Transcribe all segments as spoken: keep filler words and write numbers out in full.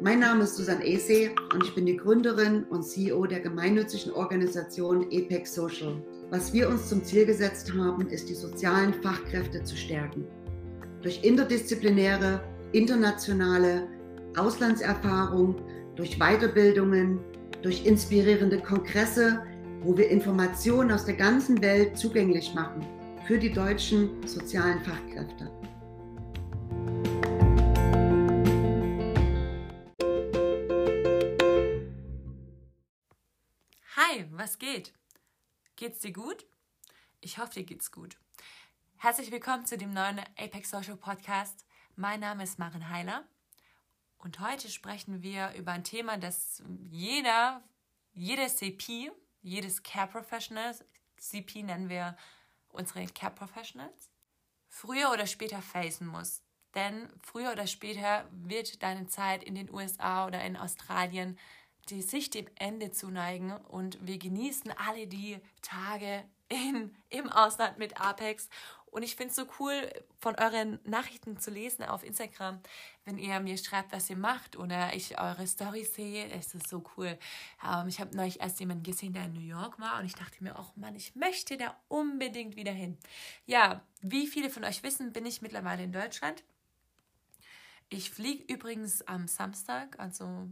Mein Name ist Susanne Ese und ich bin die Gründerin und C E O der gemeinnützigen Organisation Apex Social. Was wir uns zum Ziel gesetzt haben, ist, die sozialen Fachkräfte zu stärken. Durch interdisziplinäre, internationale Auslandserfahrung, durch Weiterbildungen, durch inspirierende Kongresse, wo wir Informationen aus der ganzen Welt zugänglich machen für die deutschen sozialen Fachkräfte. Hi, was geht? Geht's dir gut? Ich hoffe, dir geht's gut. Herzlich willkommen zu dem neuen Apex Social Podcast. Mein Name ist Maren Heiler und heute sprechen wir über ein Thema, das jeder, jede C P, jedes Care Professional, C P nennen wir unsere Care Professionals, früher oder später facen muss. Denn früher oder später wird deine Zeit in den U S A oder in Australien die sich dem Ende zuneigen und wir genießen alle die Tage in, im Ausland mit Apex. Und ich finde es so cool, von euren Nachrichten zu lesen auf Instagram, wenn ihr mir schreibt, was ihr macht oder ich eure Storys sehe. Es ist so cool. Ähm, ich habe neulich erst jemanden gesehen, der in New York war und ich dachte mir, oh Mann, ich möchte da unbedingt wieder hin. Ja, wie viele von euch wissen, bin ich mittlerweile in Deutschland. Ich fliege übrigens am Samstag, also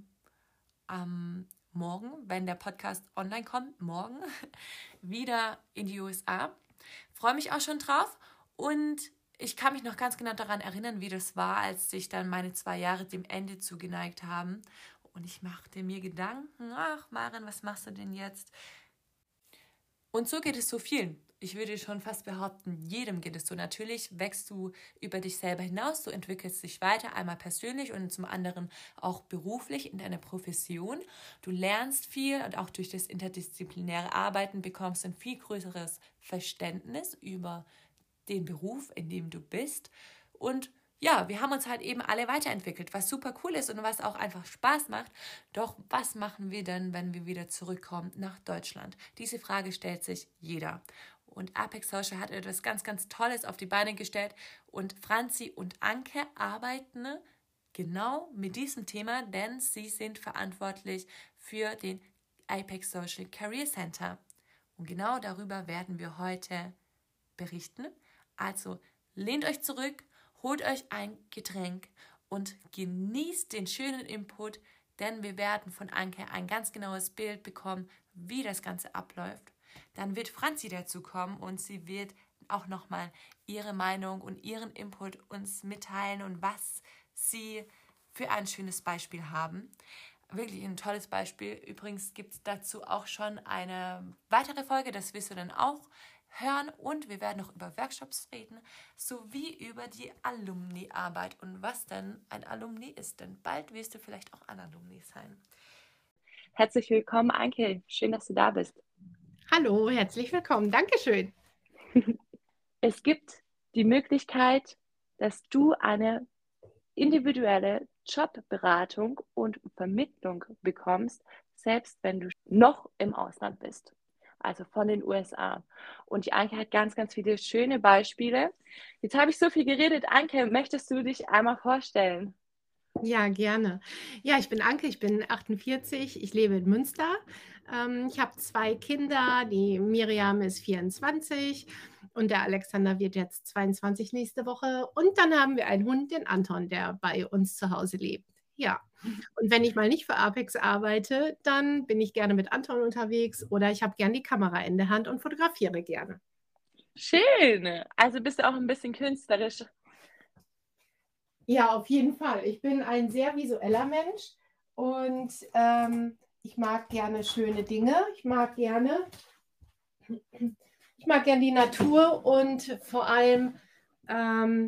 am Morgen, wenn der Podcast online kommt, morgen wieder in die U S A. Freue mich auch schon drauf und ich kann mich noch ganz genau daran erinnern, wie das war, als sich dann meine zwei Jahre dem Ende zugeneigt haben. Und ich machte mir Gedanken, ach Maren, was machst du denn jetzt? Und so geht es so vielen. Ich würde schon fast behaupten, jedem geht es so. Natürlich wächst du über dich selber hinaus, du entwickelst dich weiter, einmal persönlich und zum anderen auch beruflich in deiner Profession. Du lernst viel und auch durch das interdisziplinäre Arbeiten bekommst du ein viel größeres Verständnis über den Beruf, in dem du bist. Und ja, wir haben uns halt eben alle weiterentwickelt, was super cool ist und was auch einfach Spaß macht. Doch was machen wir denn, wenn wir wieder zurückkommen nach Deutschland? Diese Frage stellt sich jeder. Und Apex Social hat etwas ganz, ganz Tolles auf die Beine gestellt. Und Franzi und Anke arbeiten genau mit diesem Thema, denn sie sind verantwortlich für den Apex Social Career Center. Und genau darüber werden wir heute berichten. Also lehnt euch zurück, holt euch ein Getränk und genießt den schönen Input, denn wir werden von Anke ein ganz genaues Bild bekommen, wie das Ganze abläuft. Dann wird Franzi dazu kommen und sie wird auch nochmal ihre Meinung und ihren Input uns mitteilen und was sie für ein schönes Beispiel haben. Wirklich ein tolles Beispiel. Übrigens gibt es dazu auch schon eine weitere Folge, das wirst du dann auch hören und wir werden noch über Workshops reden, sowie über die Alumni-Arbeit und was denn ein Alumni ist, denn bald wirst du vielleicht auch ein Alumni sein. Herzlich willkommen, Anke. Schön, dass du da bist. Hallo, herzlich willkommen. Dankeschön. Es gibt die Möglichkeit, dass du eine individuelle Jobberatung und Vermittlung bekommst, selbst wenn du noch im Ausland bist, also von den U S A. Und die Anke hat ganz, ganz viele schöne Beispiele. Jetzt habe ich so viel geredet. Anke, möchtest du dich einmal vorstellen? Ja, gerne. Ja, ich bin Anke, ich bin achtundvierzig, ich lebe in Münster. Ähm, ich habe zwei Kinder, die Miriam ist vierundzwanzig und der Alexander wird jetzt zweiundzwanzig nächste Woche. Und dann haben wir einen Hund, den Anton, der bei uns zu Hause lebt. Ja, und wenn ich mal nicht für Apex arbeite, dann bin ich gerne mit Anton unterwegs oder ich habe gerne die Kamera in der Hand und fotografiere gerne. Schön. Also bist du auch ein bisschen künstlerisch. Ja, auf jeden Fall. Ich bin ein sehr visueller Mensch und ähm, ich mag gerne schöne Dinge. Ich mag gerne, ich mag gerne die Natur und vor allem, ähm,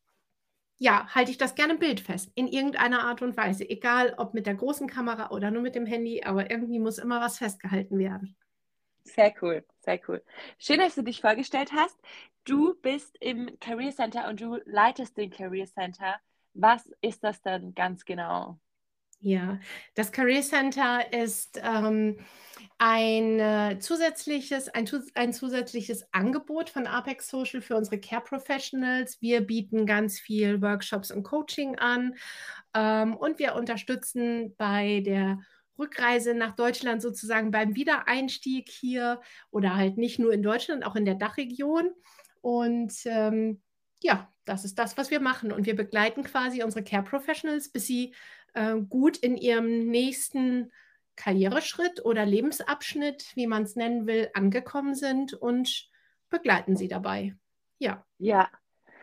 ja, halte ich das gerne bildfest in irgendeiner Art und Weise. Egal, ob mit der großen Kamera oder nur mit dem Handy, aber irgendwie muss immer was festgehalten werden. Sehr cool, sehr cool. Schön, dass du dich vorgestellt hast. Du bist im Career Center und du leitest den Career Center. Was ist das dann ganz genau? Ja, das Career Center ist ähm, ein, äh, zusätzliches, ein, zus- ein zusätzliches Angebot von Apex Social für unsere Care Professionals. Wir bieten ganz viel Workshops und Coaching an, ähm, und wir unterstützen bei der Rückreise nach Deutschland sozusagen beim Wiedereinstieg hier oder halt nicht nur in Deutschland, auch in der Dachregion. Und ähm, ja, das ist das, was wir machen. Und wir begleiten quasi unsere Care Professionals, bis sie äh, gut in ihrem nächsten Karriereschritt oder Lebensabschnitt, wie man es nennen will, angekommen sind und begleiten sie dabei. Ja. Ja,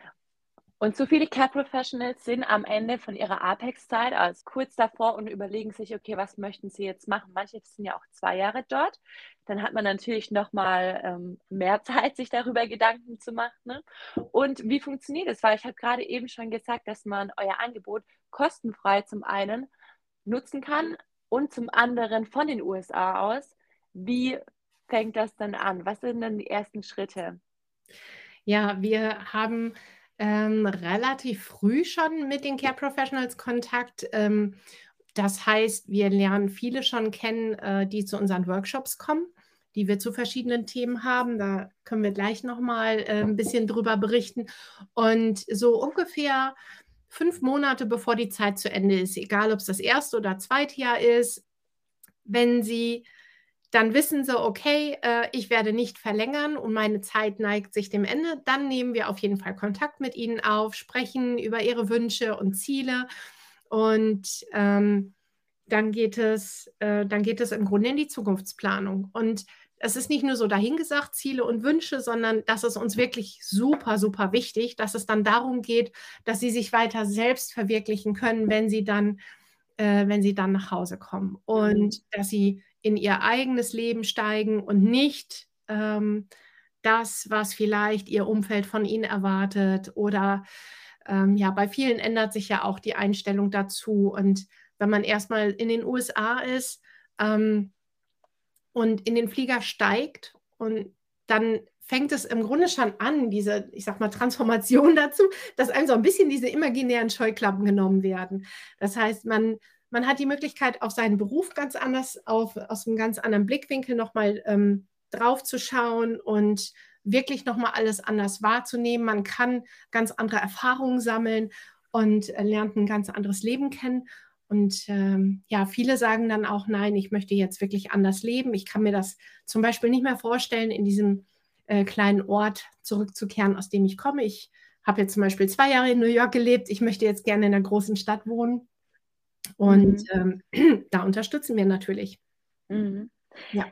und so viele Care Professionals sind am Ende von ihrer Apex-Zeit, also kurz davor und überlegen sich, okay, was möchten sie jetzt machen? Manche sind ja auch zwei Jahre dort. Dann hat man natürlich noch mal ähm, mehr Zeit, sich darüber Gedanken zu machen. Ne? Und wie funktioniert es? Weil ich habe gerade eben schon gesagt, dass man euer Angebot kostenfrei zum einen nutzen kann und zum anderen von den U S A aus. Wie fängt das dann an? Was sind denn die ersten Schritte? Ja, wir haben ähm, relativ früh schon mit den Care Professionals Kontakt. Ähm, das heißt, wir lernen viele schon kennen, äh, die zu unseren Workshops kommen, die wir zu verschiedenen Themen haben. Da können wir gleich nochmal äh, ein bisschen drüber berichten. Und so ungefähr fünf Monate bevor die Zeit zu Ende ist, egal ob es das erste oder zweite Jahr ist, wenn sie dann wissen sie, okay, äh, ich werde nicht verlängern und meine Zeit neigt sich dem Ende, dann nehmen wir auf jeden Fall Kontakt mit ihnen auf, sprechen über ihre Wünsche und Ziele und ähm, dann geht es, äh, dann geht es im Grunde in die Zukunftsplanung. Und es ist nicht nur so dahingesagt, Ziele und Wünsche, sondern das ist uns wirklich super, super wichtig, dass es dann darum geht, dass sie sich weiter selbst verwirklichen können, wenn sie dann, äh, wenn sie dann nach Hause kommen und dass sie in ihr eigenes Leben steigen und nicht ähm, das, was vielleicht ihr Umfeld von ihnen erwartet. Oder ähm, ja, bei vielen ändert sich ja auch die Einstellung dazu. Und wenn man erstmal in den U S A ist ähm, und in den Flieger steigt und dann fängt es im Grunde schon an, diese, ich sag mal, Transformation dazu, dass einem so ein bisschen diese imaginären Scheuklappen genommen werden. Das heißt, man, man hat die Möglichkeit, auf seinen Beruf ganz anders, auf, aus einem ganz anderen Blickwinkel nochmal ähm, drauf zu schauen und wirklich nochmal alles anders wahrzunehmen. Man kann ganz andere Erfahrungen sammeln und äh, lernt ein ganz anderes Leben kennen. Und ähm, ja, viele sagen dann auch, nein, ich möchte jetzt wirklich anders leben. Ich kann mir das zum Beispiel nicht mehr vorstellen, in diesem äh, kleinen Ort zurückzukehren, aus dem ich komme. Ich habe jetzt zum Beispiel zwei Jahre in New York gelebt. Ich möchte jetzt gerne in einer großen Stadt wohnen. Und Mhm. ähm, da unterstützen wir natürlich. Mhm. Ja.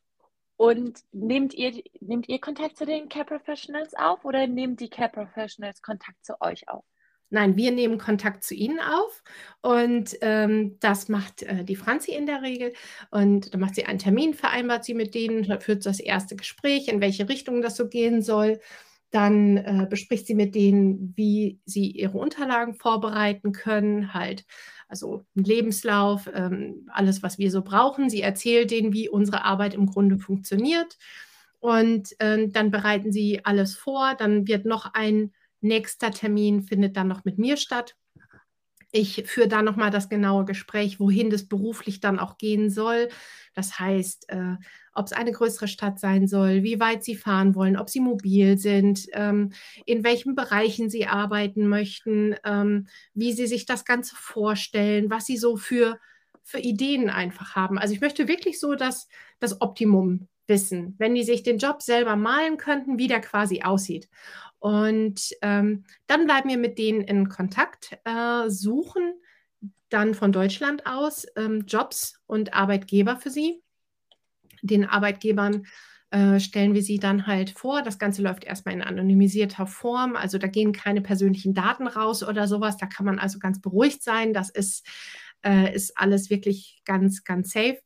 Und nehmt ihr, nehmt ihr Kontakt zu den Care Professionals auf oder nehmt die Care Professionals Kontakt zu euch auf? Nein, wir nehmen Kontakt zu Ihnen auf und ähm, das macht äh, die Franzi in der Regel und dann macht sie einen Termin, vereinbart sie mit denen, führt das erste Gespräch, in welche Richtung das so gehen soll. Dann äh, bespricht sie mit denen, wie sie ihre Unterlagen vorbereiten können, halt, also einen Lebenslauf, ähm, alles, was wir so brauchen. Sie erzählt denen, wie unsere Arbeit im Grunde funktioniert und äh, dann bereiten sie alles vor. Dann wird noch ein nächster Termin findet dann noch mit mir statt. Ich führe da nochmal das genaue Gespräch, wohin das beruflich dann auch gehen soll. Das heißt, äh, ob es eine größere Stadt sein soll, wie weit Sie fahren wollen, ob Sie mobil sind, ähm, in welchen Bereichen Sie arbeiten möchten, ähm, wie Sie sich das Ganze vorstellen, was Sie so für, für Ideen einfach haben. Also ich möchte wirklich so das, das Optimum wissen, wenn die sich den Job selber malen könnten, wie der quasi aussieht. Und ähm, dann bleiben wir mit denen in Kontakt, äh, suchen dann von Deutschland aus ähm, Jobs und Arbeitgeber für sie. Den Arbeitgebern äh, stellen wir sie dann halt vor. Das Ganze läuft erstmal in anonymisierter Form. Also da gehen keine persönlichen Daten raus oder sowas. Da kann man also ganz beruhigt sein. Das ist, äh, ist alles wirklich ganz, ganz safe.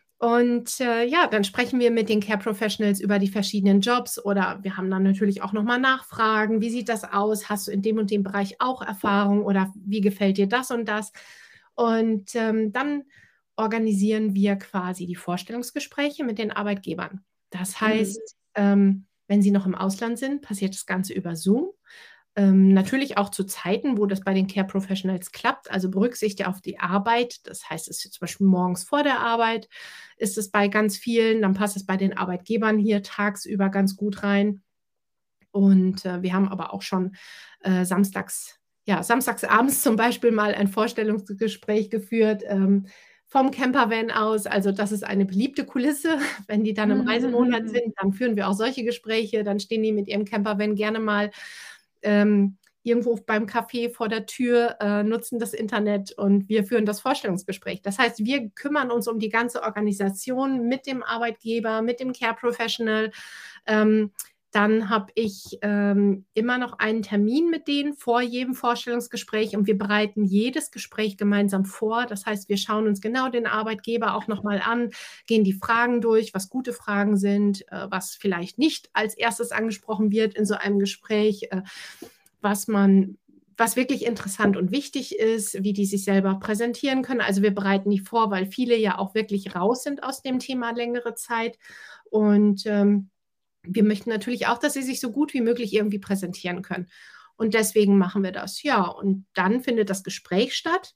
Und äh, ja, dann sprechen wir mit den Care Professionals über die verschiedenen Jobs oder wir haben dann natürlich auch nochmal Nachfragen. Wie sieht das aus? Hast du in dem und dem Bereich auch Erfahrung oder wie gefällt dir das und das? Und ähm, dann organisieren wir quasi die Vorstellungsgespräche mit den Arbeitgebern. Das heißt, mhm. ähm, wenn sie noch im Ausland sind, passiert das Ganze über Zoom. Ähm, natürlich auch zu Zeiten, wo das bei den Care Professionals klappt, also Berücksichtigung auf die Arbeit. Das heißt, es ist zum Beispiel morgens vor der Arbeit, ist es bei ganz vielen, dann passt es bei den Arbeitgebern hier tagsüber ganz gut rein. Und äh, wir haben aber auch schon äh, samstags, ja, samstags abends zum Beispiel mal ein Vorstellungsgespräch geführt, ähm, vom Campervan aus. Also das ist eine beliebte Kulisse. Wenn die dann im Reisemonat sind, dann führen wir auch solche Gespräche. Dann stehen die mit ihrem Campervan gerne mal ähm, irgendwo beim Café vor der Tür, äh, nutzen das Internet und wir führen das Vorstellungsgespräch. Das heißt, wir kümmern uns um die ganze Organisation mit dem Arbeitgeber, mit dem Care Professional. Ähm, Dann habe ich ähm, immer noch einen Termin mit denen vor jedem Vorstellungsgespräch und wir bereiten jedes Gespräch gemeinsam vor. Das heißt, wir schauen uns genau den Arbeitgeber auch nochmal an, gehen die Fragen durch, was gute Fragen sind, äh, was vielleicht nicht als erstes angesprochen wird in so einem Gespräch, äh, was man was wirklich interessant und wichtig ist, wie die sich selber präsentieren können. Also wir bereiten die vor, weil viele ja auch wirklich raus sind aus dem Thema längere Zeit und ähm, wir möchten natürlich auch, dass sie sich so gut wie möglich irgendwie präsentieren können. Und deswegen machen wir das. Ja, und dann findet das Gespräch statt.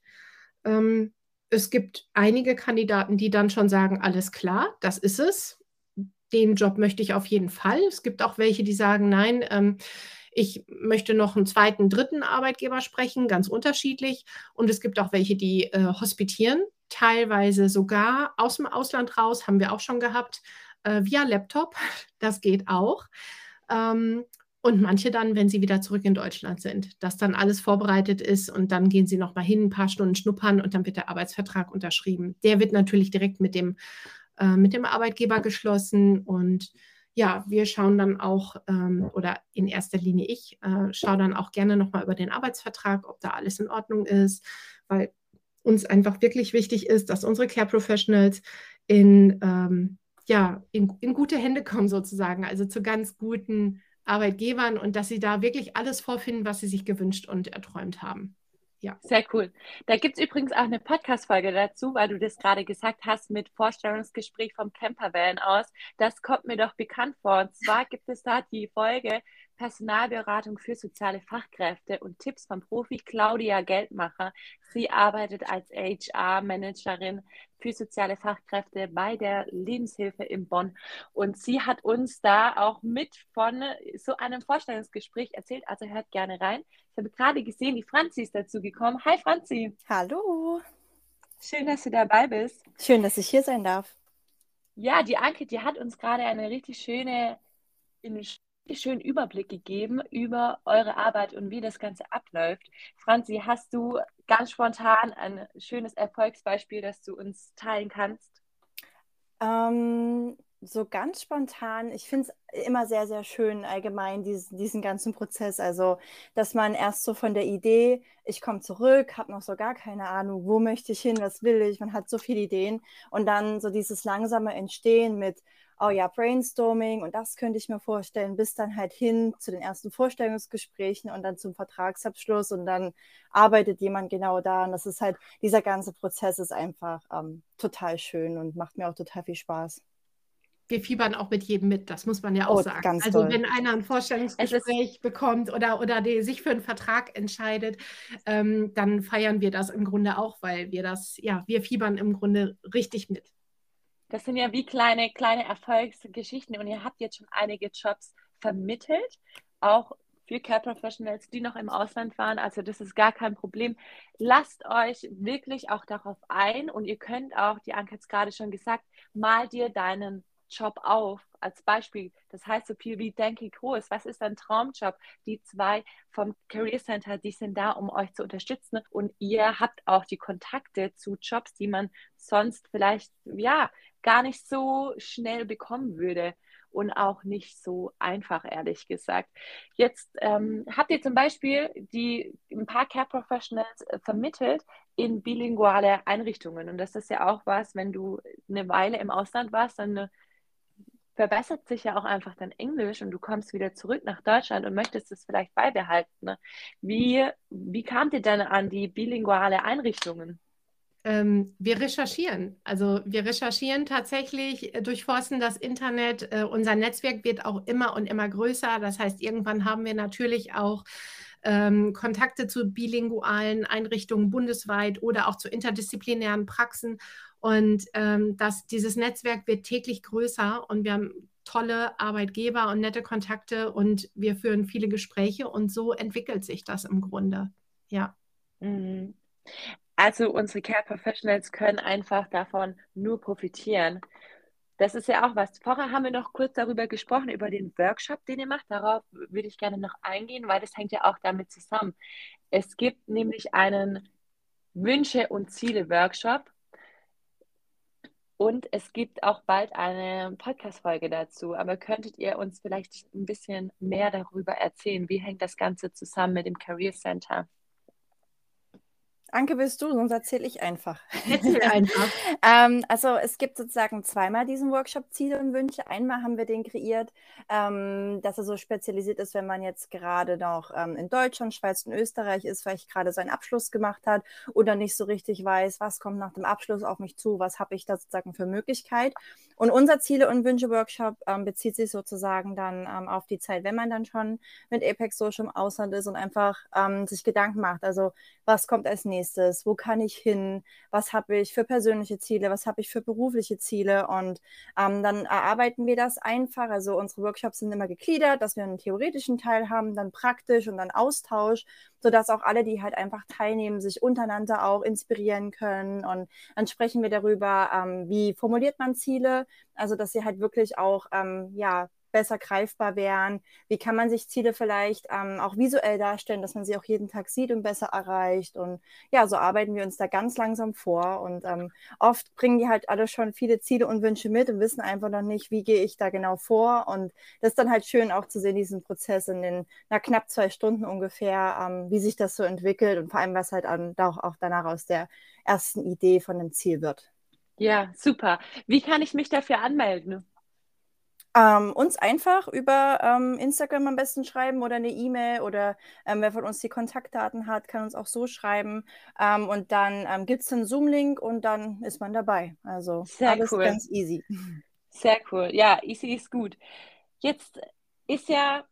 Ähm, es gibt einige Kandidaten, die dann schon sagen, alles klar, das ist es. Den Job möchte ich auf jeden Fall. Es gibt auch welche, die sagen, nein, ähm, ich möchte noch einen zweiten, dritten Arbeitgeber sprechen, ganz unterschiedlich. Und es gibt auch welche, die äh, hospitieren, teilweise sogar aus dem Ausland raus, haben wir auch schon gehabt, äh, via Laptop. Das geht auch. Ähm, und manche dann, wenn sie wieder zurück in Deutschland sind, dass dann alles vorbereitet ist und dann gehen sie noch mal hin, ein paar Stunden schnuppern und dann wird der Arbeitsvertrag unterschrieben. Der wird natürlich direkt mit dem, äh, mit dem Arbeitgeber geschlossen und ja, wir schauen dann auch, ähm, oder in erster Linie ich, äh, schaue dann auch gerne noch mal über den Arbeitsvertrag, ob da alles in Ordnung ist, weil uns einfach wirklich wichtig ist, dass unsere Care Professionals in, ähm, ja, in, in gute Hände kommen sozusagen, also zu ganz guten Arbeitgebern und dass sie da wirklich alles vorfinden, was sie sich gewünscht und erträumt haben. Ja. Sehr cool. Da gibt es übrigens auch eine Podcast-Folge dazu, weil du das gerade gesagt hast mit Vorstellungsgespräch vom Campervan aus. Das kommt mir doch bekannt vor. Und zwar gibt es da die Folge Personalberatung für soziale Fachkräfte und Tipps vom Profi Claudia Geldmacher. Sie arbeitet als H R-Managerin für soziale Fachkräfte bei der Lebenshilfe in Bonn. Und sie hat uns da auch mit von so einem Vorstellungsgespräch erzählt. Also hört gerne rein. Ich habe gerade gesehen, die Franzi ist dazu gekommen. Hi Franzi. Hallo. Schön, dass du dabei bist. Schön, dass ich hier sein darf. Ja, die Anke, die hat uns gerade eine richtig schöne, einen richtig schönen Überblick gegeben über eure Arbeit und wie das Ganze abläuft. Franzi, hast du ganz spontan ein schönes Erfolgsbeispiel, das du uns teilen kannst? Ähm, so ganz spontan, ich finde es immer sehr, sehr schön allgemein, diesen, diesen ganzen Prozess. Also, dass man erst so von der Idee, ich komme zurück, habe noch so gar keine Ahnung, wo möchte ich hin, was will ich, man hat so viele Ideen und dann so dieses langsame Entstehen mit, oh ja, Brainstorming und das könnte ich mir vorstellen, bis dann halt hin zu den ersten Vorstellungsgesprächen und dann zum Vertragsabschluss und dann arbeitet jemand genau da und das ist halt, dieser ganze Prozess ist einfach ähm, total schön und macht mir auch total viel Spaß. Wir fiebern auch mit jedem mit, das muss man ja auch Oh, sagen. ganz Also toll. wenn einer ein Vorstellungsgespräch bekommt oder, oder die, sich für einen Vertrag entscheidet, ähm, dann feiern wir das im Grunde auch, weil wir das, ja, wir fiebern im Grunde richtig mit. Das sind ja wie kleine, kleine Erfolgsgeschichten und ihr habt jetzt schon einige Jobs vermittelt, auch für Care Professionals, die noch im Ausland waren. Also das ist gar kein Problem. Lasst euch wirklich auch darauf ein und ihr könnt auch, die Anke hat es gerade schon gesagt, mal dir deinen Job auf als Beispiel. Das heißt so viel wie denke groß. Was ist ein Traumjob? Die zwei vom Career Center, die sind da, um euch zu unterstützen und ihr habt auch die Kontakte zu Jobs, die man sonst vielleicht, ja, gar nicht so schnell bekommen würde und auch nicht so einfach, ehrlich gesagt. Jetzt ähm, habt ihr zum Beispiel die, ein paar Care Professionals äh, vermittelt in bilinguale Einrichtungen und das ist ja auch was, wenn du eine Weile im Ausland warst, dann äh, verbessert sich ja auch einfach dein Englisch und du kommst wieder zurück nach Deutschland und möchtest es vielleicht beibehalten. Ne? Wie, wie kamt ihr denn an die bilinguale Einrichtungen? Ähm, wir recherchieren. Also wir recherchieren tatsächlich, äh, durchforsten das Internet. Äh, unser Netzwerk wird auch immer und immer größer. Das heißt, irgendwann haben wir natürlich auch ähm, Kontakte zu bilingualen Einrichtungen bundesweit oder auch zu interdisziplinären Praxen. Und ähm, das, dieses Netzwerk wird täglich größer und wir haben tolle Arbeitgeber und nette Kontakte und wir führen viele Gespräche und so entwickelt sich das im Grunde. Ja. Mhm. Also unsere Care Professionals können einfach davon nur profitieren. Das ist ja auch was. Vorher haben wir noch kurz darüber gesprochen, über den Workshop, den ihr macht. Darauf würde ich gerne noch eingehen, weil das hängt ja auch damit zusammen. Es gibt nämlich einen Wünsche- und Ziele-Workshop und es gibt auch bald eine Podcast-Folge dazu. Aber könntet ihr uns vielleicht ein bisschen mehr darüber erzählen? Wie hängt das Ganze zusammen mit dem Career Center? Anke, bist du, sonst erzähle ich einfach. Erzähl einfach. ähm, also es gibt sozusagen zweimal diesen Workshop Ziele und Wünsche. Einmal haben wir den kreiert, ähm, dass er so spezialisiert ist, wenn man jetzt gerade noch ähm, in Deutschland, Schweiz und Österreich ist, vielleicht gerade seinen Abschluss gemacht hat oder nicht so richtig weiß, was kommt nach dem Abschluss auf mich zu, was habe ich da sozusagen für Möglichkeit. Und unser Ziele und Wünsche Workshop ähm, bezieht sich sozusagen dann ähm, auf die Zeit, wenn man dann schon mit Apex Social im Ausland ist und einfach ähm, sich Gedanken macht. Also was kommt als nächstes? Wo kann ich hin? Was habe ich für persönliche Ziele? Was habe ich für berufliche Ziele? Und ähm, dann erarbeiten wir das einfach. Also unsere Workshops sind immer gegliedert, dass wir einen theoretischen Teil haben, dann praktisch und dann Austausch, sodass auch alle, die halt einfach teilnehmen, sich untereinander auch inspirieren können. Und dann sprechen wir darüber, ähm, wie formuliert man Ziele? Also dass sie halt wirklich auch, ähm, ja, besser greifbar wären. Wie kann man sich Ziele vielleicht ähm, auch visuell darstellen, dass man sie auch jeden Tag sieht und besser erreicht. Und ja, so arbeiten wir uns da ganz langsam vor. Und ähm, oft bringen die halt alle schon viele Ziele und Wünsche mit und wissen einfach noch nicht, wie gehe ich da genau vor. Und das ist dann halt schön auch zu sehen, diesen Prozess in den na, knapp zwei Stunden ungefähr, ähm, wie sich das so entwickelt und vor allem, was halt an, auch, auch danach aus der ersten Idee von dem Ziel wird. Ja, super. Wie kann ich mich dafür anmelden? Ähm, uns einfach über ähm, Instagram am besten schreiben oder eine E-Mail oder ähm, wer von uns die Kontaktdaten hat, kann uns auch so schreiben. Ähm, und dann ähm, gibt es einen Zoom-Link und dann ist man dabei. Also Sehr alles cool. ganz easy. Sehr cool. Ja, easy ist gut. Jetzt ist ja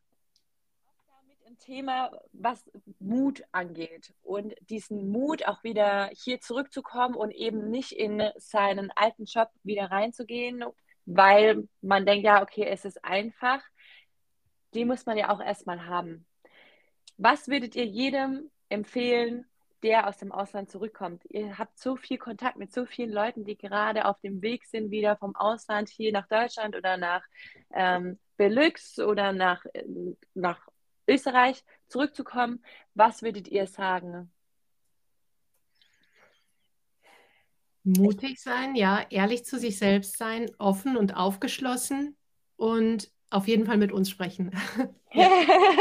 damit ein Thema, was Mut angeht und diesen Mut auch wieder hier zurückzukommen und eben nicht in seinen alten Job wieder reinzugehen, weil man denkt, ja, okay, es ist einfach. Die muss man ja auch erstmal haben. Was würdet ihr jedem empfehlen, der aus dem Ausland zurückkommt? Ihr habt so viel Kontakt mit so vielen Leuten, die gerade auf dem Weg sind, wieder vom Ausland hier nach Deutschland oder nach ähm, Belux oder nach, äh, nach Österreich zurückzukommen. Was würdet ihr sagen? Mutig sein, ja, ehrlich zu sich selbst sein, offen und aufgeschlossen und auf jeden Fall mit uns sprechen. Ja.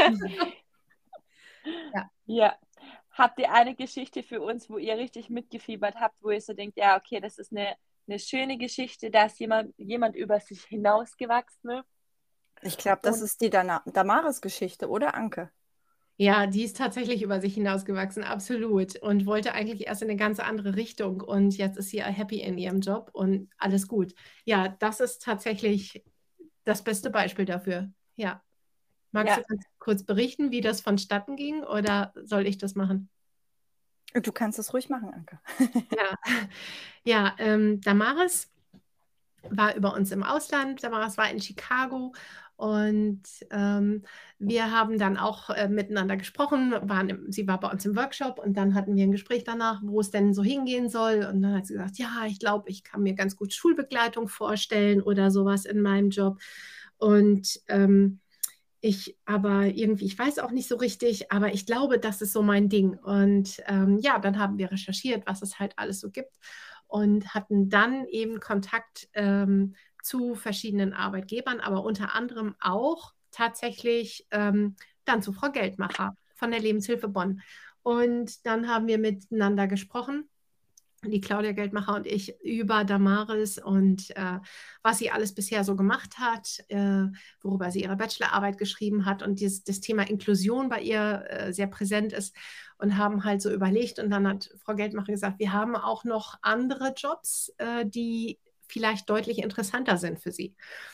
Ja. Ja. Habt ihr eine Geschichte für uns, wo ihr richtig mitgefiebert habt, wo ihr so denkt, ja, okay, das ist eine, eine schöne Geschichte, da ist jemand, jemand über sich hinausgewachsen? Ich glaube, das Und ist die Dana- Damaris-Geschichte, oder Anke? Ja, die ist tatsächlich über sich hinausgewachsen, absolut. Und wollte eigentlich erst in eine ganz andere Richtung. Und jetzt ist sie happy in ihrem Job und alles gut. Ja, das ist tatsächlich das beste Beispiel dafür. Ja. Magst ja, du ganz kurz berichten, wie das vonstatten ging, oder soll ich das machen? Du kannst das ruhig machen, Anke. Ja, ja ähm, Damaris war über uns im Ausland. Damaris war in Chicago und ähm, wir haben dann auch äh, miteinander gesprochen. Waren im, sie war bei uns im Workshop und dann hatten wir ein Gespräch danach, wo es denn so hingehen soll. Und dann hat sie gesagt, ja, ich glaube, ich kann mir ganz gut Schulbegleitung vorstellen oder sowas in meinem Job. Und ähm, ich aber irgendwie, ich weiß auch nicht so richtig, aber ich glaube, das ist so mein Ding. Und ähm, ja, dann haben wir recherchiert, was es halt alles so gibt und hatten dann eben Kontakt ähm, zu verschiedenen Arbeitgebern, aber unter anderem auch tatsächlich ähm, dann zu Frau Geldmacher von der Lebenshilfe Bonn. Und dann haben wir miteinander gesprochen, die Claudia Geldmacher und ich, über Damaris und äh, was sie alles bisher so gemacht hat, äh, worüber sie ihre Bachelorarbeit geschrieben hat und dieses, das Thema Inklusion bei ihr äh, sehr präsent ist und haben halt so überlegt. Und dann hat Frau Geldmacher gesagt, wir haben auch noch andere Jobs, äh, die vielleicht deutlich interessanter sind für sie.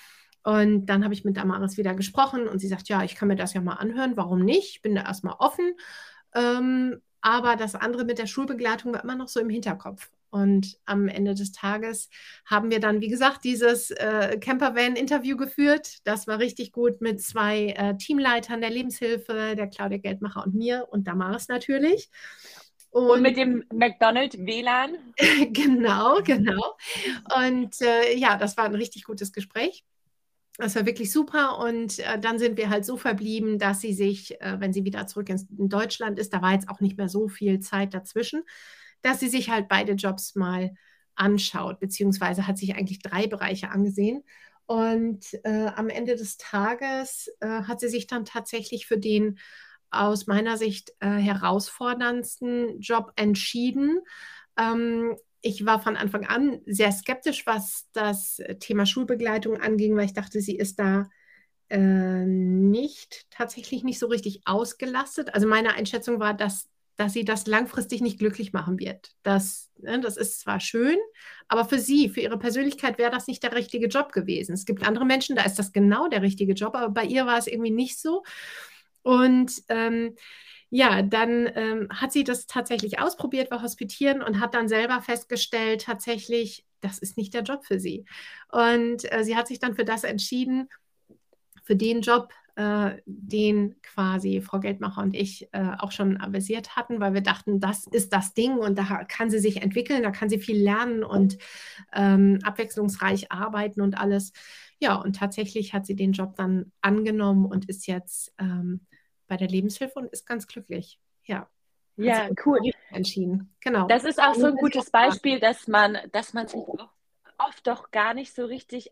Und dann habe ich mit Damaris wieder gesprochen und sie sagt, ja, ich kann mir das ja mal anhören, warum nicht? Ich bin da erstmal offen. Ähm, aber das andere mit der Schulbegleitung war immer noch so im Hinterkopf. Und am Ende des Tages haben wir dann, wie gesagt, dieses äh, Campervan-Interview geführt. Das war richtig gut mit zwei äh, Teamleitern der Lebenshilfe, der Claudia Geldmacher und mir und Damaris natürlich. Und, und mit dem McDonald's W L A N. Genau, genau. Und äh, ja, das war ein richtig gutes Gespräch. Das war wirklich super und äh, dann sind wir halt so verblieben, dass sie sich, äh, wenn sie wieder zurück in, in Deutschland ist, da war jetzt auch nicht mehr so viel Zeit dazwischen, dass sie sich halt beide Jobs mal anschaut, beziehungsweise hat sich eigentlich drei Bereiche angesehen. Und äh, am Ende des Tages äh, hat sie sich dann tatsächlich für den aus meiner Sicht äh, herausforderndsten Job entschieden. Ähm, Ich war von Anfang an sehr skeptisch, was das Thema Schulbegleitung anging, weil ich dachte, sie ist da äh, nicht, tatsächlich nicht so richtig ausgelastet. Also meine Einschätzung war, dass, dass sie das langfristig nicht glücklich machen wird. Das, ne, das ist zwar schön, aber für sie, für ihre Persönlichkeit wäre das nicht der richtige Job gewesen. Es gibt andere Menschen, da ist das genau der richtige Job, aber bei ihr war es irgendwie nicht so. Und ähm, ja, dann ähm, hat sie das tatsächlich ausprobiert, war hospitieren und hat dann selber festgestellt, tatsächlich, das ist nicht der Job für sie. Und äh, sie hat sich dann für das entschieden, für den Job, äh, den quasi Frau Geldmacher und ich äh, auch schon avisiert hatten, weil wir dachten, das ist das Ding und da kann sie sich entwickeln, da kann sie viel lernen und ähm, abwechslungsreich arbeiten und alles. Ja, und tatsächlich hat sie den Job dann angenommen und ist jetzt ähm, bei der Lebenshilfe und ist ganz glücklich. Ja. Ja, cool. Entschieden. Genau. Das ist auch so ein gutes Beispiel, dass man, dass man sich auch oft doch gar nicht so richtig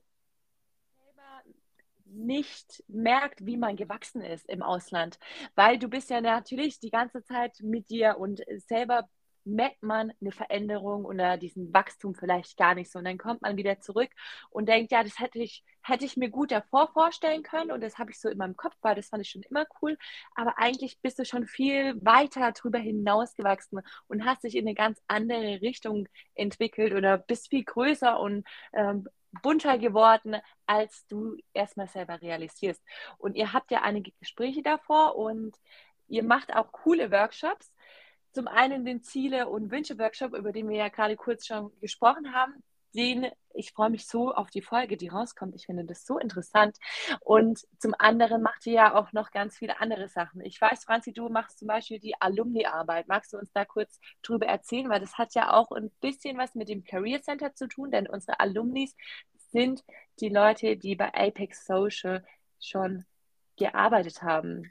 selber nicht merkt, wie man gewachsen ist im Ausland. Weil du bist ja natürlich die ganze Zeit mit dir und selber merkt man eine Veränderung oder diesen Wachstum vielleicht gar nicht so. Und dann kommt man wieder zurück und denkt, ja, das hätte ich, hätte ich mir gut davor vorstellen können und das habe ich so in meinem Kopf, weil das fand ich schon immer cool. Aber eigentlich bist du schon viel weiter darüber hinausgewachsen und hast dich in eine ganz andere Richtung entwickelt oder bist viel größer und ähm, bunter geworden, als du erstmal selber realisierst. Und ihr habt ja einige Gespräche davor und ihr macht auch coole Workshops. Zum einen den Ziele- und Wünsche-Workshop, über den wir ja gerade kurz schon gesprochen haben. Den, ich freue mich so auf die Folge, die rauskommt. Ich finde das so interessant. Und zum anderen macht ihr ja auch noch ganz viele andere Sachen. Ich weiß, Franzi, du machst zum Beispiel die Alumni-Arbeit. Magst du uns da kurz drüber erzählen? Weil das hat ja auch ein bisschen was mit dem Career Center zu tun, denn unsere Alumnis sind die Leute, die bei Apex Social schon gearbeitet haben.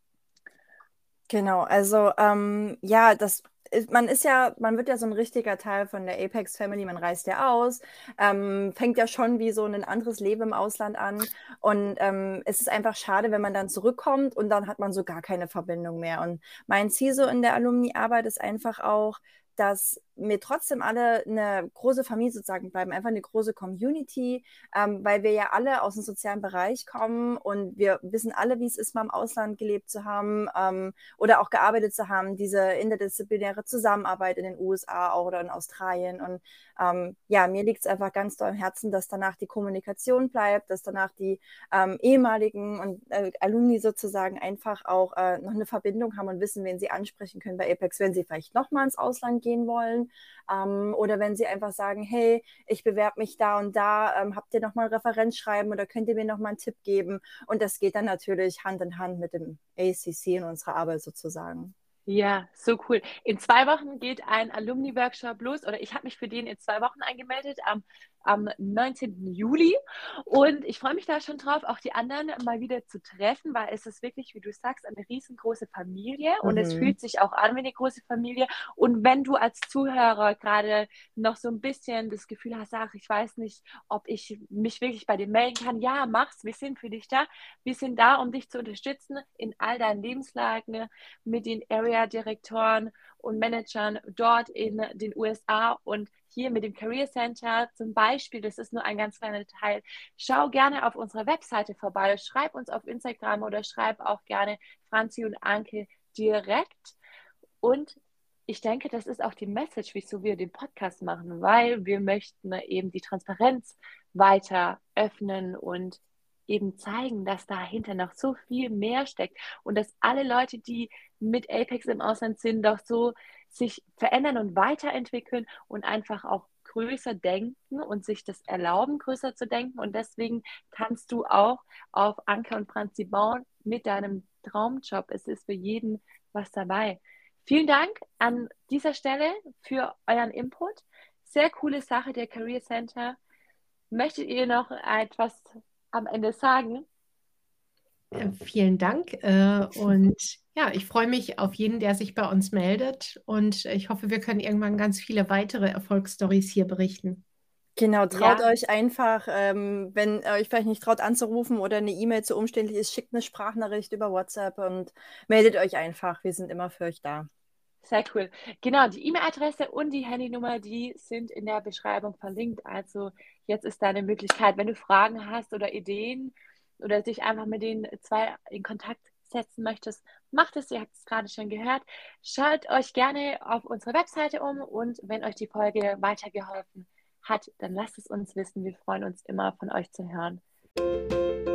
Genau, also ähm, ja, das man ist ja, man wird ja so ein richtiger Teil von der Apex Family, man reist ja aus, ähm, fängt ja schon wie so ein anderes Leben im Ausland an und ähm, es ist einfach schade, wenn man dann zurückkommt und dann hat man so gar keine Verbindung mehr. Und mein Ziel so in der Alumni-Arbeit ist einfach auch, dass wir trotzdem alle eine große Familie sozusagen bleiben, einfach eine große Community, ähm, weil wir ja alle aus dem sozialen Bereich kommen und wir wissen alle, wie es ist, mal im Ausland gelebt zu haben ähm, oder auch gearbeitet zu haben, diese interdisziplinäre Zusammenarbeit in den U S A auch oder in Australien. Und ähm, ja, mir liegt es einfach ganz doll am Herzen, dass danach die Kommunikation bleibt, dass danach die ähm, ehemaligen und äh, Alumni sozusagen einfach auch äh, noch eine Verbindung haben und wissen, wen sie ansprechen können bei Apex, wenn sie vielleicht nochmal ins Ausland gehen wollen. Ähm, oder wenn sie einfach sagen, hey, ich bewerbe mich da und da, ähm, habt ihr nochmal ein Referenzschreiben oder könnt ihr mir nochmal einen Tipp geben? Und das geht dann natürlich Hand in Hand mit dem A C C in unserer Arbeit sozusagen. Ja, so cool. In zwei Wochen geht ein Alumni-Workshop los oder ich habe mich für den in zwei Wochen angemeldet am, am neunzehnten Juli und ich freue mich da schon drauf, auch die anderen mal wieder zu treffen, weil es ist wirklich, wie du sagst, eine riesengroße Familie und mhm. es fühlt sich auch an wie eine große Familie und wenn du als Zuhörer gerade noch so ein bisschen das Gefühl hast, ach, ich weiß nicht, ob ich mich wirklich bei dir melden kann, ja, mach's, wir sind für dich da, wir sind da, um dich zu unterstützen in all deinen Lebenslagen mit den Area Direktoren und Managern dort in den U S A und hier mit dem Career Center zum Beispiel, das ist nur ein ganz kleiner Teil. Schau gerne auf unserer Webseite vorbei, schreib uns auf Instagram oder schreib auch gerne Franzi und Anke direkt. Und ich denke, das ist auch die Message, wieso wir den Podcast machen, weil wir möchten eben die Transparenz weiter öffnen und eben zeigen, dass dahinter noch so viel mehr steckt und dass alle Leute, die mit Apex im Ausland sind, doch so sich verändern und weiterentwickeln und einfach auch größer denken und sich das erlauben, größer zu denken. Und deswegen kannst du auch auf Anke und Franzi bauen mit deinem Traumjob. Es ist für jeden was dabei. Vielen Dank an dieser Stelle für euren Input. Sehr coole Sache, der Career Center. Möchtet ihr noch etwas am Ende sagen? Äh, vielen Dank. Äh, und ja, ich freue mich auf jeden, der sich bei uns meldet. Und ich hoffe, wir können irgendwann ganz viele weitere Erfolgsstories hier berichten. Genau, traut Ja. euch einfach, ähm, wenn ihr euch vielleicht nicht traut anzurufen oder eine E-Mail zu umständlich ist, schickt eine Sprachnachricht über WhatsApp und meldet euch einfach. Wir sind immer für euch da. Sehr cool. Genau, die E-Mail-Adresse und die Handynummer, die sind in der Beschreibung verlinkt. Also jetzt ist deine Möglichkeit, wenn du Fragen hast oder Ideen oder dich einfach mit den zwei in Kontakt setzen möchtest, macht es, ihr habt es gerade schon gehört. Schaut euch gerne auf unsere Webseite um und wenn euch die Folge weitergeholfen hat, dann lasst es uns wissen. Wir freuen uns immer, von euch zu hören.